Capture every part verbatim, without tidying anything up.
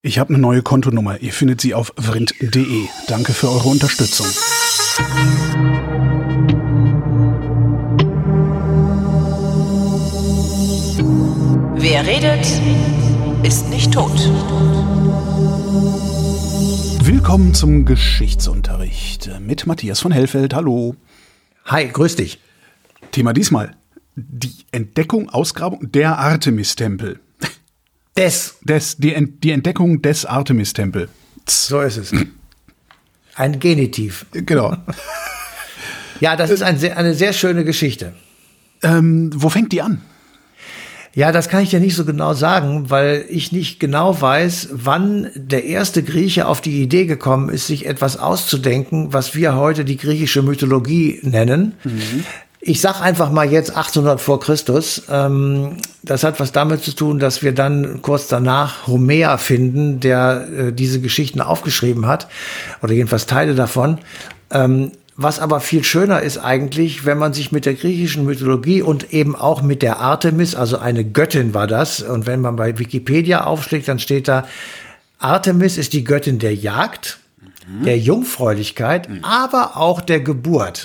Ich habe eine neue Kontonummer. Ihr findet sie auf vrind punkt de. Danke für eure Unterstützung. Wer redet, ist nicht tot. Willkommen zum Geschichtsunterricht mit Matthias von Hellfeld. Hallo. Hi, grüß dich. Thema diesmal: die Entdeckung, Ausgrabung der Artemis-Tempel. Des. Des, die, Ent, die Entdeckung des Artemis-Tempels. So ist es. Ein Genitiv. Genau. Ja, das ist ein sehr, eine sehr schöne Geschichte. Ähm, wo fängt die an? Ja, das kann ich dir nicht so genau sagen, weil ich nicht genau weiß, wann der erste Grieche auf die Idee gekommen ist, sich etwas auszudenken, was wir heute die griechische Mythologie nennen. Mhm. Ich sag einfach mal jetzt achtzehnhundert vor Christus. Ähm, das hat was damit zu tun, dass wir dann kurz danach Homer finden, der äh, diese Geschichten aufgeschrieben hat, oder jedenfalls Teile davon. Ähm, was aber viel schöner ist eigentlich, wenn man sich mit der griechischen Mythologie und eben auch mit der Artemis, also eine Göttin war das, und wenn man bei Wikipedia aufschlägt, dann steht da, Artemis ist die Göttin der Jagd, mhm. der Jungfräulichkeit, mhm. aber auch der Geburt.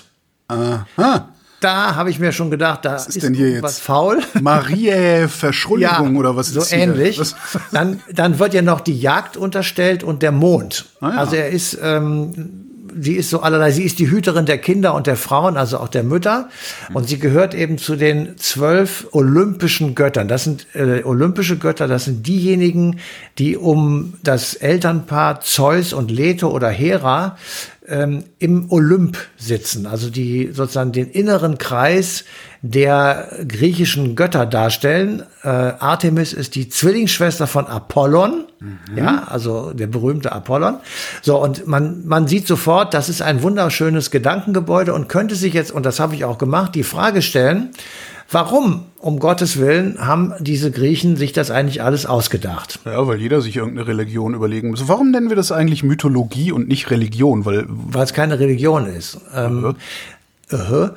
Aha. Da habe ich mir schon gedacht, da was ist, ist denn hier was jetzt faul. Marie Verschuldigung ja, oder was so ist so ähnlich. Dann, dann wird ja noch die Jagd unterstellt und der Mond. Ah, ja. Also er ist, ähm, sie ist so allerlei, sie ist die Hüterin der Kinder und der Frauen, also auch der Mütter. Und sie gehört eben zu den zwölf olympischen Göttern. Das sind äh, olympische Götter, das sind diejenigen, die um das Elternpaar Zeus und Leto oder Hera ähm, im Olymp sitzen. Also die sozusagen den inneren Kreis der griechischen Götter darstellen. Äh, Artemis ist die Zwillingsschwester von Apollon, mhm. ja, also der berühmte Apollon. So, und man, man sieht sofort, das ist ein wunderschönes Gedankengebäude und könnte sich jetzt, und das habe ich auch gemacht, die Frage stellen, warum, um Gottes Willen, haben diese Griechen sich das eigentlich alles ausgedacht? Ja, weil jeder sich irgendeine Religion überlegen muss. Warum nennen wir das eigentlich Mythologie und nicht Religion? Weil weil es keine Religion ist. Ähm, ja. Uh-huh.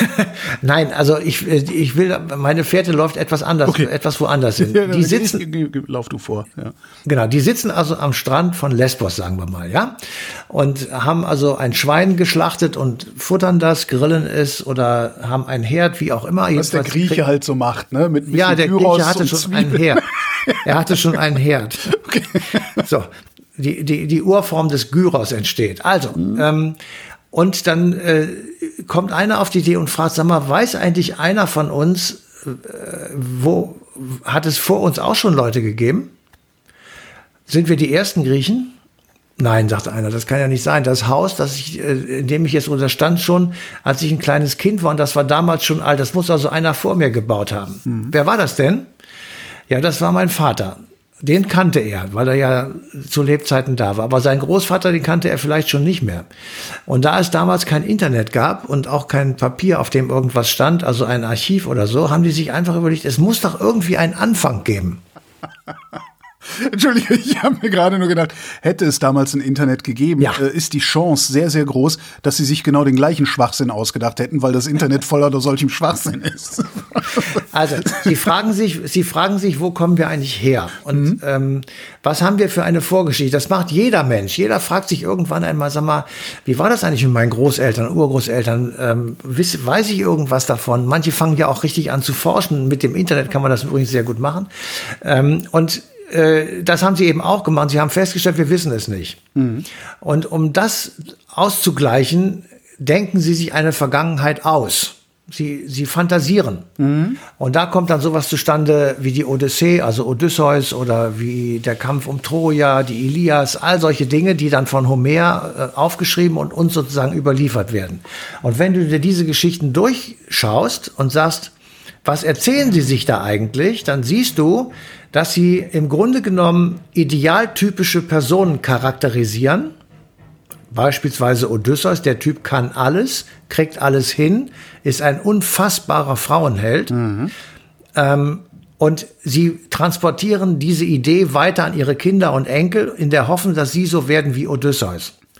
Nein, also ich, ich will, meine Fährte läuft etwas anders, okay. etwas woanders hin. Ja, die sitzen, ich, ich, lauf du vor. Ja. Genau, die sitzen also am Strand von Lesbos, sagen wir mal, ja, und haben also ein Schwein geschlachtet und futtern das, grillen es oder haben ein Herd, wie auch immer. Was der Grieche halt so macht, ne? Mit ja, der Grieche hatte schon Zwiebeln. einen Herd. Er hatte schon einen Herd. Okay. So, die die die Urform des Gyros entsteht. Also. Mhm. Ähm, Und dann äh, kommt einer auf die Idee und fragt, sag mal, weiß eigentlich einer von uns, äh, wo hat es vor uns auch schon Leute gegeben? Sind wir die ersten Griechen? Nein, sagt einer, das kann ja nicht sein. Das Haus, das ich, äh, in dem ich jetzt unterstand schon, als ich ein kleines Kind war, und das war damals schon alt, das muss also einer vor mir gebaut haben. Mhm. Wer war das denn? Ja, das war mein Vater. Den kannte er, weil er ja zu Lebzeiten da war. Aber seinen Großvater, den kannte er vielleicht schon nicht mehr. Und da es damals kein Internet gab und auch kein Papier, auf dem irgendwas stand, also ein Archiv oder so, haben die sich einfach überlegt, es muss doch irgendwie einen Anfang geben. Entschuldigung, ich habe mir gerade nur gedacht, hätte es damals ein Internet gegeben, ja. äh, ist die Chance sehr, sehr groß, dass sie sich genau den gleichen Schwachsinn ausgedacht hätten, weil das Internet voller solchem Schwachsinn ist. Also, sie fragen sich, sie fragen sich, wo kommen wir eigentlich her? Und mhm. ähm, was haben wir für eine Vorgeschichte? Das macht jeder Mensch. Jeder fragt sich irgendwann einmal, sag mal, wie war das eigentlich mit meinen Großeltern, Urgroßeltern? Ähm, weiß, weiß ich irgendwas davon? Manche fangen ja auch richtig an zu forschen. Mit dem Internet kann man das übrigens sehr gut machen. Ähm, und das haben sie eben auch gemacht. Sie haben festgestellt, wir wissen es nicht. Mhm. Und um das auszugleichen, denken sie sich eine Vergangenheit aus. Sie, sie fantasieren. Mhm. Und da kommt dann sowas zustande wie die Odyssee, also Odysseus, oder wie der Kampf um Troja, die Ilias, all solche Dinge, die dann von Homer äh, aufgeschrieben und uns sozusagen überliefert werden. Und wenn du dir diese Geschichten durchschaust und sagst, was erzählen sie sich da eigentlich, dann siehst du, dass sie im Grunde genommen idealtypische Personen charakterisieren. Beispielsweise Odysseus, der Typ kann alles, kriegt alles hin, ist ein unfassbarer Frauenheld. Mhm. Ähm, und sie transportieren diese Idee weiter an ihre Kinder und Enkel in der Hoffnung, dass sie so werden wie Odysseus.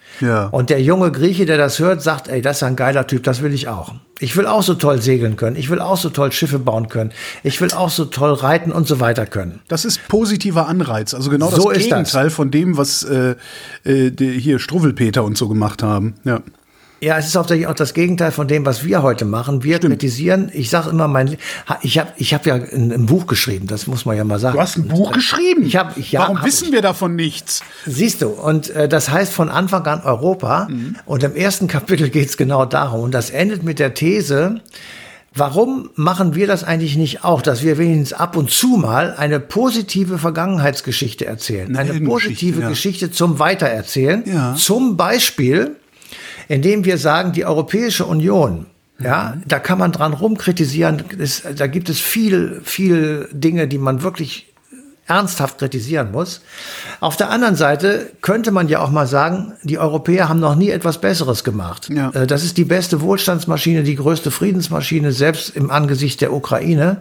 Ja. Und der junge Grieche, der das hört, sagt, ey, das ist ein geiler Typ, das will ich auch. Ich will auch so toll segeln können. Ich will auch so toll Schiffe bauen können. Ich will auch so toll reiten und so weiter können. Das ist positiver Anreiz. Also genau So das ist Gegenteil das. von dem, was äh, äh, die, hier Struwwelpeter und so gemacht haben. Ja. Ja, es ist auch das Gegenteil von dem, was wir heute machen. Wir Stimmt. kritisieren. Ich sage immer, mein, ich habe, ich habe ja ein, ein Buch geschrieben. Das muss man ja mal sagen. Du hast ein Buch geschrieben? Ich habe, ich, ja, Warum hab wissen ich. wir davon nichts? Siehst du, und äh, das heißt von Anfang an Europa. Mhm. Und im ersten Kapitel geht es genau darum. Und das endet mit der These, warum machen wir das eigentlich nicht auch, dass wir wenigstens ab und zu mal eine positive Vergangenheitsgeschichte erzählen? Eine, eine positive ja. Geschichte zum Weitererzählen. Ja. Zum Beispiel, indem wir sagen, die Europäische Union, ja, mhm. da kann man dran rumkritisieren. Das, da gibt es viel, viel Dinge, die man wirklich ernsthaft kritisieren muss. Auf der anderen Seite könnte man ja auch mal sagen, die Europäer haben noch nie etwas Besseres gemacht. Ja. Das ist die beste Wohlstandsmaschine, die größte Friedensmaschine, selbst im Angesicht der Ukraine.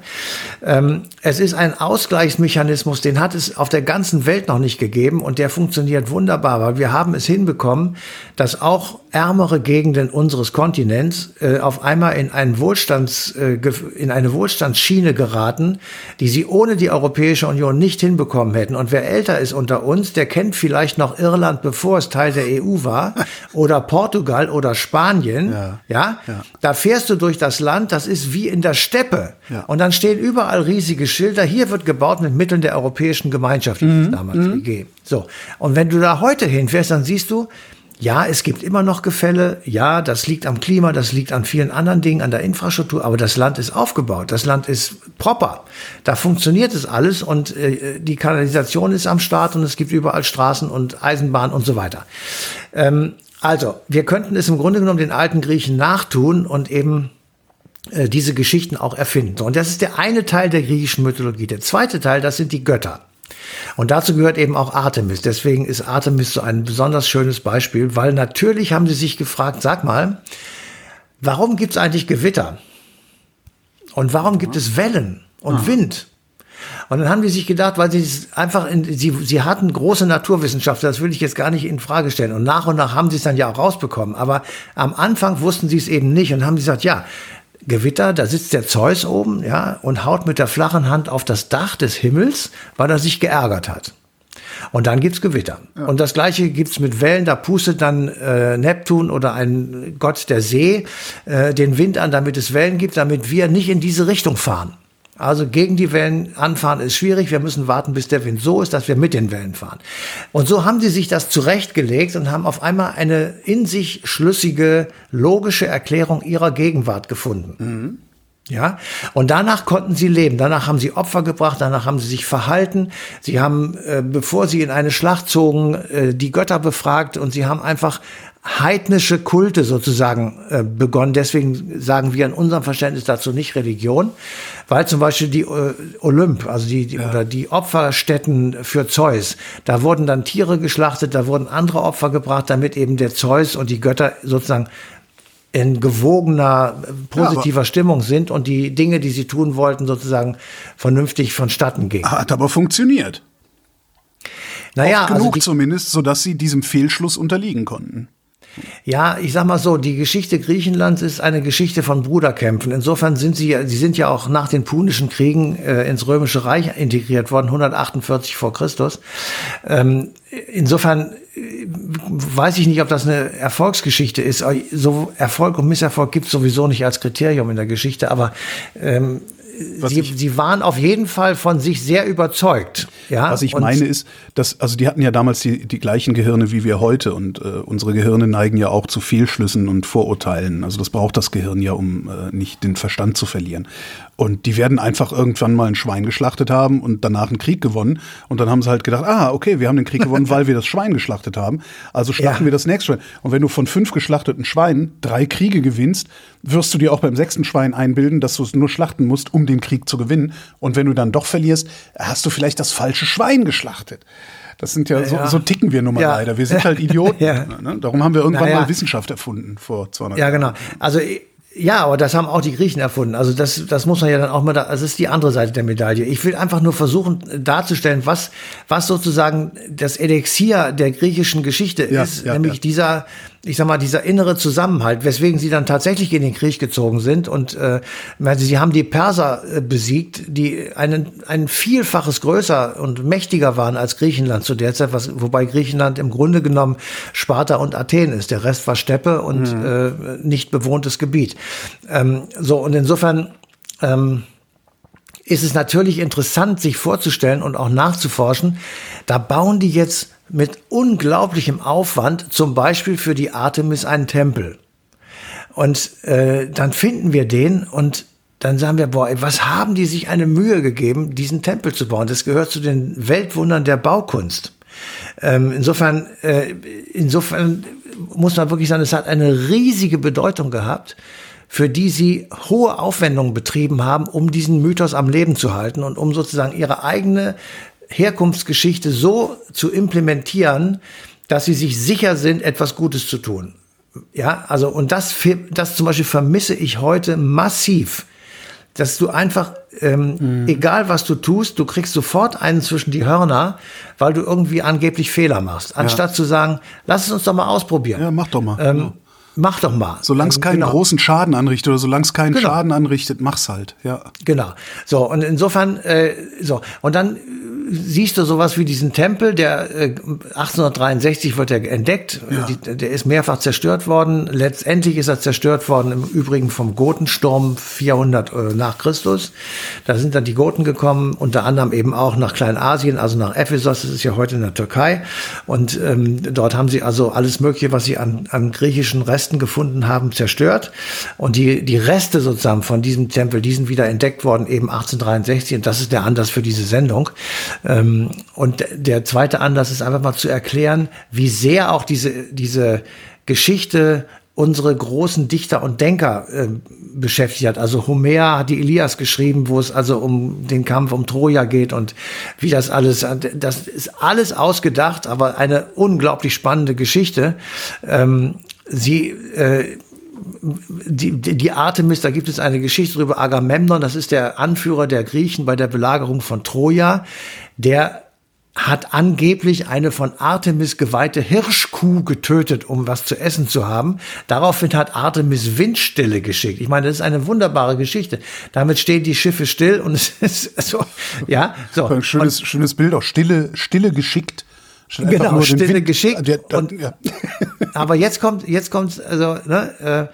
Es ist ein Ausgleichsmechanismus, den hat es auf der ganzen Welt noch nicht gegeben und der funktioniert wunderbar, weil wir haben es hinbekommen, dass auch ärmere Gegenden unseres Kontinents auf einmal in einen Wohlstands, in eine Wohlstandsschiene geraten, die sie ohne die Europäische Union nicht hinbekommen hätten. Und wer älter ist unter uns, der kennt vielleicht noch Irland, bevor es Teil der E U war, oder Portugal oder Spanien. Ja, ja? ja. Da fährst du durch das Land, das ist wie in der Steppe. Ja. Und dann stehen überall riesige Schilder. Hier wird gebaut mit Mitteln der Europäischen Gemeinschaft, mhm. das damals mhm. E G. So. Und wenn du da heute hinfährst, dann siehst du, ja, es gibt immer noch Gefälle. Ja, das liegt am Klima, das liegt an vielen anderen Dingen, an der Infrastruktur. Aber das Land ist aufgebaut. Das Land ist proper. Da funktioniert es alles und äh, die Kanalisation ist am Start und es gibt überall Straßen und Eisenbahnen und so weiter. Ähm, also, wir könnten es im Grunde genommen den alten Griechen nachtun und eben äh, diese Geschichten auch erfinden. Und das ist der eine Teil der griechischen Mythologie. Der zweite Teil, das sind die Götter. Und dazu gehört eben auch Artemis. Deswegen ist Artemis so ein besonders schönes Beispiel, weil natürlich haben sie sich gefragt, sag mal, warum gibt es eigentlich Gewitter? Und warum gibt es Wellen und Aha. Wind? Und dann haben die sich gedacht, weil sie einfach, in, sie, sie hatten große Naturwissenschaftler, das will ich jetzt gar nicht in Frage stellen. Und nach und nach haben sie es dann ja auch rausbekommen. Aber am Anfang wussten sie es eben nicht und haben gesagt, ja, Gewitter, da sitzt der Zeus oben, ja, und haut mit der flachen Hand auf das Dach des Himmels, weil er sich geärgert hat. Und dann gibt's Gewitter. Ja. Und das Gleiche gibt's mit Wellen, da pustet dann äh, Neptun oder ein Gott der See äh, den Wind an, damit es Wellen gibt, damit wir nicht in diese Richtung fahren. Also gegen die Wellen anfahren ist schwierig. Wir müssen warten, bis der Wind so ist, dass wir mit den Wellen fahren. Und so haben sie sich das zurechtgelegt und haben auf einmal eine in sich schlüssige, logische Erklärung ihrer Gegenwart gefunden. Mhm. Ja, und danach konnten sie leben. Danach haben sie Opfer gebracht, danach haben sie sich verhalten. Sie haben, äh, bevor sie in eine Schlacht zogen, äh, die Götter befragt und sie haben einfach heidnische Kulte sozusagen äh, begonnen. Deswegen sagen wir in unserem Verständnis dazu nicht Religion, weil zum Beispiel die äh, Olymp, also die, die ja. oder die Opferstätten für Zeus, da wurden dann Tiere geschlachtet, da wurden andere Opfer gebracht, damit eben der Zeus und die Götter sozusagen in gewogener, positiver ja, Stimmung sind und die Dinge, die sie tun wollten, sozusagen vernünftig vonstatten gingen. Hat aber funktioniert. Naja, Oft genug also die, zumindest, sodass sie diesem Fehlschluss unterliegen konnten. Ja, ich sag mal so, die Geschichte Griechenlands ist eine Geschichte von Bruderkämpfen. Insofern sind sie, sie sind ja auch nach den Punischen Kriegen äh, ins Römische Reich integriert worden, hundertachtundvierzig vor Christus. Ähm, insofern äh, weiß ich nicht, ob das eine Erfolgsgeschichte ist. So Erfolg und Misserfolg gibt es sowieso nicht als Kriterium in der Geschichte, aber ähm, Sie, sie waren auf jeden Fall von sich sehr überzeugt. Ja? Was ich und meine ist, dass, also die hatten ja damals die, die gleichen Gehirne wie wir heute und äh, unsere Gehirne neigen ja auch zu Fehlschlüssen und Vorurteilen. Also das braucht das Gehirn ja, um äh, nicht den Verstand zu verlieren. Und die werden einfach irgendwann mal ein Schwein geschlachtet haben und danach einen Krieg gewonnen. Und dann haben sie halt gedacht, ah, okay, wir haben den Krieg gewonnen, weil wir das Schwein geschlachtet haben. Also schlachten ja. wir das nächste Schwein. Und wenn du von fünf geschlachteten Schweinen drei Kriege gewinnst, wirst du dir auch beim sechsten Schwein einbilden, dass du es nur schlachten musst, um den Krieg zu gewinnen. Und wenn du dann doch verlierst, hast du vielleicht das falsche Schwein geschlachtet. Das sind ja, ja. So, so ticken wir nun mal ja. leider. Wir sind halt Idioten. ja. ne? Darum haben wir irgendwann ja. mal Wissenschaft erfunden vor zweihundert Jahren. Ja, genau. Also Ja, aber das haben auch die Griechen erfunden. Also das, das muss man ja dann auch mal, da, also das ist die andere Seite der Medaille. Ich will einfach nur versuchen darzustellen, was, was sozusagen das Elixier der griechischen Geschichte ja, ist, ja, nämlich ja. dieser, ich sag mal, dieser innere Zusammenhalt, weswegen sie dann tatsächlich in den Krieg gezogen sind. Und äh, also sie haben die Perser äh, besiegt, die einen, ein Vielfaches größer und mächtiger waren als Griechenland zu der Zeit, was, wobei Griechenland im Grunde genommen Sparta und Athen ist. Der Rest war Steppe und mhm. äh, nicht bewohntes Gebiet. Ähm, so, und insofern ähm, ist es natürlich interessant, sich vorzustellen und auch nachzuforschen. Da bauen die jetzt mit unglaublichem Aufwand zum Beispiel für die Artemis einen Tempel. Und äh, dann finden wir den und dann sagen wir, boah, ey, was haben die sich eine Mühe gegeben, diesen Tempel zu bauen? Das gehört zu den Weltwundern der Baukunst. Ähm, insofern, äh, insofern muss man wirklich sagen, es hat eine riesige Bedeutung gehabt, für die sie hohe Aufwendungen betrieben haben, um diesen Mythos am Leben zu halten und um sozusagen ihre eigene Herkunftsgeschichte so zu implementieren, dass sie sich sicher sind, etwas Gutes zu tun. Ja, also, und das, das zum Beispiel vermisse ich heute massiv, dass du einfach, ähm, mhm. egal was du tust, du kriegst sofort einen zwischen die Hörner, weil du irgendwie angeblich Fehler machst, anstatt ja. zu sagen, lass es uns doch mal ausprobieren. Ja, mach doch mal. Ähm, ja. Mach doch mal. Solange es keinen genau. großen Schaden anrichtet oder solange es keinen genau. Schaden anrichtet, mach's halt. Ja. Genau. So, und insofern, äh, so, und dann siehst du sowas wie diesen Tempel, der äh, achtzehnhundertdreiundsechzig wird er entdeckt, Ja. Die, der ist mehrfach zerstört worden. Letztendlich ist er zerstört worden, im Übrigen vom Gotensturm vierhundert äh, nach Christus. Da sind dann die Goten gekommen, unter anderem eben auch nach Kleinasien, also nach Ephesos, das ist ja heute in der Türkei. Und ähm, dort haben sie also alles Mögliche, was sie an, an griechischen Resten gefunden haben, zerstört. Und die, die Reste sozusagen von diesem Tempel, die sind wieder entdeckt worden, eben achtzehnhundertdreiundsechzig. Und das ist der Anlass für diese Sendung. Ähm, und der zweite Anlass ist einfach mal zu erklären, wie sehr auch diese, diese Geschichte unsere großen Dichter und Denker äh, beschäftigt hat. Also Homer hat die Ilias geschrieben, wo es also um den Kampf um Troja geht und wie das alles, das ist alles ausgedacht, aber eine unglaublich spannende Geschichte. Ähm, sie, äh, Die, die Artemis, da gibt es eine Geschichte drüber. Agamemnon, das ist der Anführer der Griechen bei der Belagerung von Troja, der hat angeblich eine von Artemis geweihte Hirschkuh getötet, um was zu essen zu haben. Daraufhin hat Artemis Windstille geschickt. Ich meine, das ist eine wunderbare Geschichte. Damit stehen die Schiffe still und es ist so, ja, so. Ein schönes, und, schönes Bild, auch Stille, Stille geschickt. Genau, Stille Wind, geschickt. Der, der, und, ja. Aber jetzt kommt, jetzt kommt, also, ne, äh,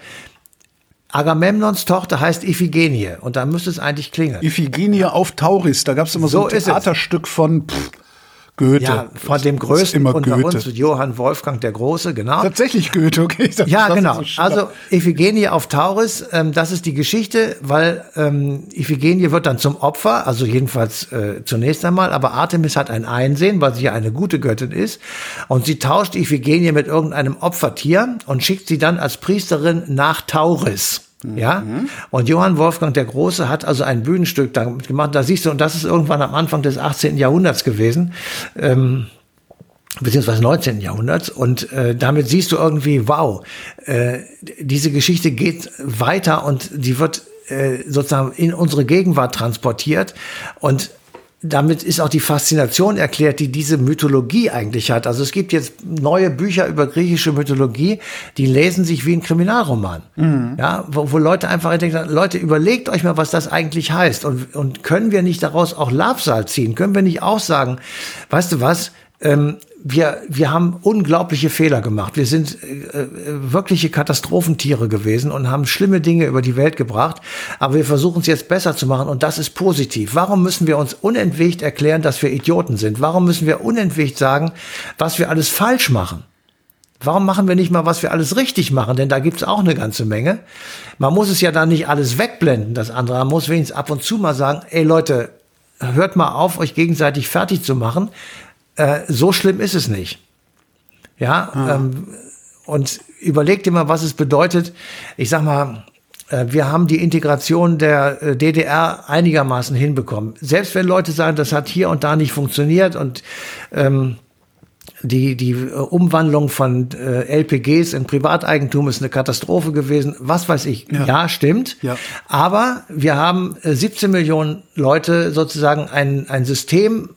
Agamemnons Tochter heißt Iphigenie und da müsste es eigentlich klingeln. Iphigenie auf Tauris, da gab es immer so, so ein Theaterstück von pff, Goethe. Ja, von dem Größten immer unter Goethe. uns, Johann Wolfgang der Große, genau. Tatsächlich Goethe, okay. Das, ja, das genau. So also Iphigenie auf Tauris, ähm, das ist die Geschichte, weil ähm, Iphigenie wird dann zum Opfer, also jedenfalls äh, zunächst einmal, aber Artemis hat ein Einsehen, weil sie ja eine gute Göttin ist und sie tauscht Iphigenie mit irgendeinem Opfertier und schickt sie dann als Priesterin nach Tauris. Ja, mhm. Und Johann Wolfgang der Große hat also ein Bühnenstück damit gemacht. Da siehst du, und das ist irgendwann am Anfang des achtzehnten Jahrhunderts gewesen, ähm, beziehungsweise neunzehnten Jahrhunderts. Und äh, damit siehst du irgendwie, wow, äh, diese Geschichte geht weiter und die wird äh, sozusagen in unsere Gegenwart transportiert. Und damit ist auch die Faszination erklärt, die diese Mythologie eigentlich hat. Also es gibt jetzt neue Bücher über griechische Mythologie, die lesen sich wie ein Kriminalroman. Mhm. Ja, wo, wo Leute einfach denken, Leute, überlegt euch mal, was das eigentlich heißt. Und, und können wir nicht daraus auch Labsal ziehen? Können wir nicht auch sagen, weißt du was, ähm, wir, wir haben unglaubliche Fehler gemacht. Wir sind äh, wirkliche Katastrophentiere gewesen und haben schlimme Dinge über die Welt gebracht. Aber wir versuchen es jetzt besser zu machen und das ist positiv. Warum müssen wir uns unentwegt erklären, dass wir Idioten sind? Warum müssen wir unentwegt sagen, was wir alles falsch machen? Warum machen wir nicht mal, was wir alles richtig machen? Denn da gibt's auch eine ganze Menge. Man muss es ja dann nicht alles wegblenden, das andere. Man muss wenigstens ab und zu mal sagen, ey Leute, hört mal auf, euch gegenseitig fertig zu machen. Äh, so schlimm ist es nicht. Ja, ah. ähm, und überleg dir mal, was es bedeutet. Ich sag mal, äh, wir haben die Integration der äh, D D R einigermaßen hinbekommen. Selbst wenn Leute sagen, das hat hier und da nicht funktioniert und ähm, die, die Umwandlung von äh, L P Gs in Privateigentum ist eine Katastrophe gewesen. Was weiß ich. Ja, ja stimmt. Ja. Aber wir haben äh, siebzehn Millionen Leute sozusagen ein, ein System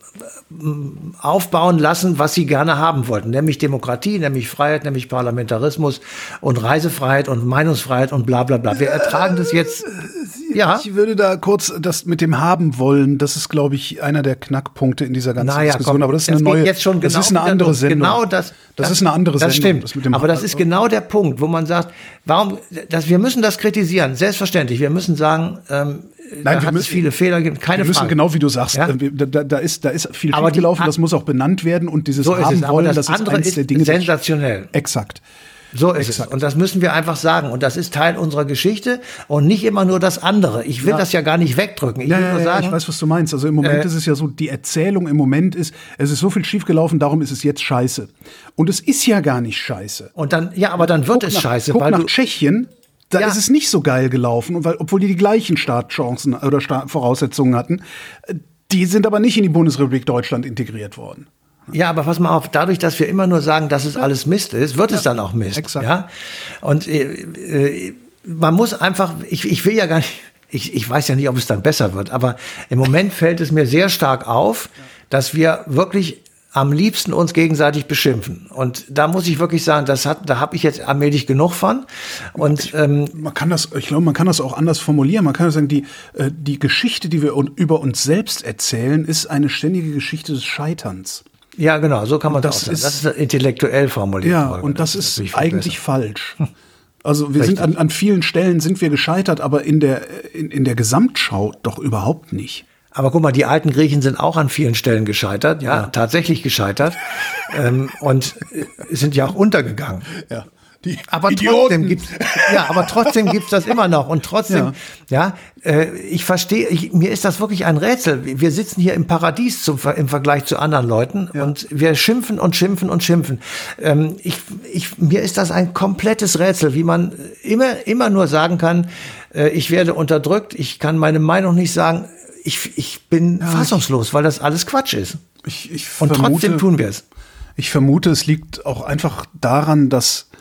aufbauen lassen, was sie gerne haben wollten, nämlich Demokratie, nämlich Freiheit, nämlich Parlamentarismus und Reisefreiheit und Meinungsfreiheit und bla bla bla. Wir ertragen das jetzt. Ja. Ich würde da kurz das mit dem haben wollen, das ist, glaube ich, einer der Knackpunkte in dieser ganzen naja, Diskussion. Komm, aber das ist eine neue, jetzt schon das genau ist eine andere Sendung. Genau das, das, das ist eine andere das Sendung. Das stimmt. Das aber das ist genau der Punkt, wo man sagt, warum, das, wir müssen das kritisieren, selbstverständlich. Wir müssen sagen, ähm, Nein, da hat es viele Fehler gegeben, keine wir müssen Frage. Genau wie du sagst, ja? da, da, ist, da ist viel schiefgelaufen, das muss auch benannt werden und dieses so haben es, wollen, das, das andere ist eins der Dinge. Sensationell. Exakt. So ist Exakt. es. Und das müssen wir einfach sagen. Und das ist Teil unserer Geschichte und nicht immer nur das andere. Ich will ja. das ja gar nicht wegdrücken. Ich ja, will ja, nur sagen. Ich weiß, was du meinst. Also im Moment äh, ist es ja so, die Erzählung im Moment ist, es ist so viel schiefgelaufen, darum ist es jetzt scheiße. Und es ist ja gar nicht scheiße. Und dann, ja, aber dann wird guck es nach, scheiße. Guck weil nach du, Tschechien. Da ja. ist es nicht so geil gelaufen, und weil, obwohl die die gleichen Startchancen oder Startvoraussetzungen hatten. Die sind aber nicht in die Bundesrepublik Deutschland integriert worden. Ja, aber pass mal auf, dadurch, dass wir immer nur sagen, dass es alles Mist ist, wird ja. es dann auch Mist. Exakt. Ja? Und äh, äh, man muss einfach, ich, ich will ja gar nicht, ich, ich weiß ja nicht, ob es dann besser wird, aber im Moment fällt es mir sehr stark auf, ja. dass wir wirklich am liebsten uns gegenseitig beschimpfen. Und da muss ich wirklich sagen, das hat, da habe ich jetzt allmählich genug von. Und ich, ähm, man kann das, ich glaube, man kann das auch anders formulieren. Man kann ja sagen, die äh, die Geschichte, die wir un- über uns selbst erzählen, ist eine ständige Geschichte des Scheiterns. Ja, genau, so kann man das auch sagen. Ist, das ist intellektuell formuliert. Ja, und das, das ist eigentlich besser. Falsch. Also wir Richtig. sind an, an vielen Stellen sind wir gescheitert, aber in der in, in der Gesamtschau doch überhaupt nicht. Aber guck mal, die alten Griechen sind auch an vielen Stellen gescheitert, ja, ja. tatsächlich gescheitert ähm, und äh, sind ja auch untergegangen. Ja. Die aber Idioten. trotzdem gibt's, ja, aber trotzdem gibt's das immer noch und trotzdem, ja, ja äh, ich verstehe, ich, mir ist das wirklich ein Rätsel. Wir sitzen hier im Paradies zum, im Vergleich zu anderen Leuten ja. und wir schimpfen und schimpfen und schimpfen. Ähm, ich, ich, mir ist das ein komplettes Rätsel, wie man immer, immer nur sagen kann, äh, ich werde unterdrückt, ich kann meine Meinung nicht sagen. Ich, ich bin ja, fassungslos, weil das alles Quatsch ist. Ich, ich und vermute, trotzdem tun wir es. Ich vermute, es liegt auch einfach daran, dass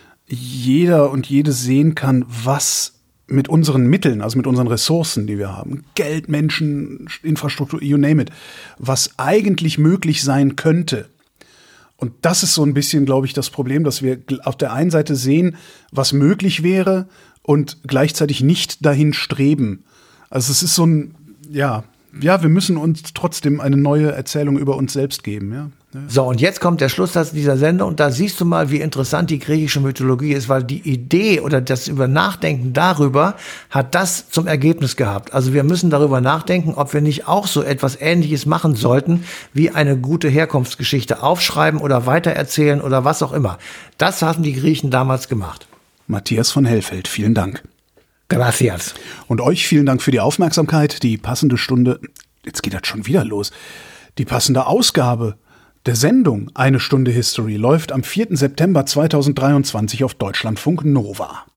jeder und jede sehen kann, was mit unseren Mitteln, also mit unseren Ressourcen, die wir haben, Geld, Menschen, Infrastruktur, you name it, was eigentlich möglich sein könnte. Und das ist so ein bisschen, glaube ich, das Problem, dass wir auf der einen Seite sehen, was möglich wäre und gleichzeitig nicht dahin streben. Also es ist so ein Ja, ja, wir müssen uns trotzdem eine neue Erzählung über uns selbst geben, ja. ja. So, und jetzt kommt der Schlusssatz dieser Sendung und da siehst du mal, wie interessant die griechische Mythologie ist, weil die Idee oder das über Nachdenken darüber hat das zum Ergebnis gehabt. Also wir müssen darüber nachdenken, ob wir nicht auch so etwas Ähnliches machen sollten, wie eine gute Herkunftsgeschichte aufschreiben oder weitererzählen oder was auch immer. Das haben die Griechen damals gemacht. Matthias von Hellfeld, vielen Dank. Gracias. Und euch vielen Dank für die Aufmerksamkeit. Die passende Stunde, jetzt geht das schon wieder los, die passende Ausgabe der Sendung Eine Stunde History läuft am vierten September zweitausenddreiundzwanzig auf Deutschlandfunk Nova.